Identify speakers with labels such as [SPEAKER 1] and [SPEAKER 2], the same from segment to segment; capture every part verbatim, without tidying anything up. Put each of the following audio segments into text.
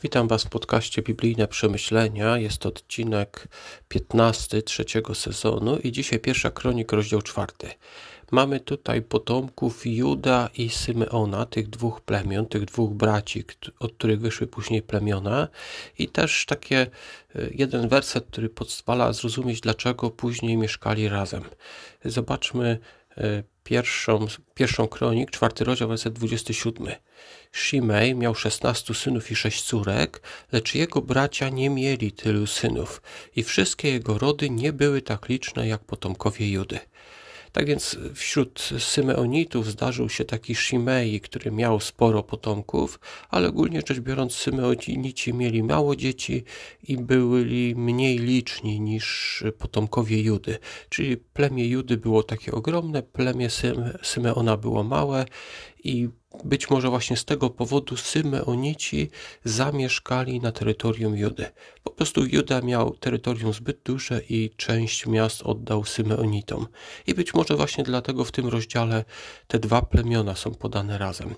[SPEAKER 1] Witam Was w podcaście Biblijne Przemyślenia. Jest to odcinek piętnasty trzeciego sezonu i dzisiaj pierwsza Kronik, rozdział czwarty. Mamy tutaj potomków Juda i Symeona, tych dwóch plemion, tych dwóch braci, od których wyszły później plemiona, i też takie jeden werset, który pozwala zrozumieć, dlaczego później mieszkali razem. Zobaczmy Pierwszą, pierwszą Kronik, czwarty rozdział, werset dwudziesty siódmy. Shimej miał szesnastu synów i sześć córek, lecz jego bracia nie mieli tylu synów i wszystkie jego rody nie były tak liczne jak potomkowie Judy. Tak więc wśród Symeonitów zdarzył się taki Shimei, który miał sporo potomków, ale ogólnie rzecz biorąc Symeonici mieli mało dzieci i byli mniej liczni niż potomkowie Judy. Czyli plemię Judy było takie ogromne, plemię Symeona było małe i być może właśnie z tego powodu Symeonici zamieszkali na terytorium Judy. Po prostu Juda miał terytorium zbyt duże i część miast oddał Symeonitom. I być może właśnie dlatego w tym rozdziale te dwa plemiona są podane razem.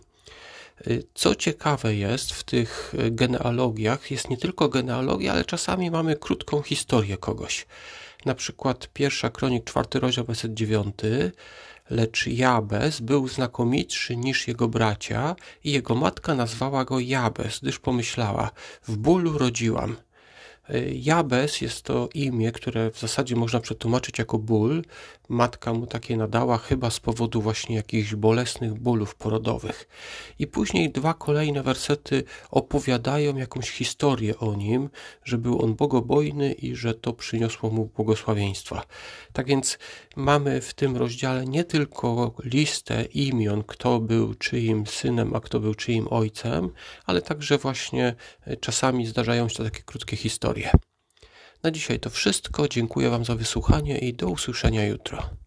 [SPEAKER 1] Co ciekawe jest w tych genealogiach, jest nie tylko genealogia, ale czasami mamy krótką historię kogoś. Na przykład pierwsza Kronik, czwarty rozdział, werset dziewiąty. Lecz Jabez był znakomitszy niż jego bracia i jego matka nazwała go Jabez, gdyż pomyślała: w bólu rodziłam. Jabez jest to imię, które w zasadzie można przetłumaczyć jako ból. Matka mu takie nadała chyba z powodu właśnie jakichś bolesnych bólów porodowych. I później dwa kolejne wersety opowiadają jakąś historię o nim, że był on bogobojny i że to przyniosło mu błogosławieństwa. Tak więc mamy w tym rozdziale nie tylko listę imion, kto był czyim synem, a kto był czyim ojcem, ale także właśnie czasami zdarzają się takie krótkie historie. Na dzisiaj to wszystko. Dziękuję Wam za wysłuchanie i do usłyszenia jutro.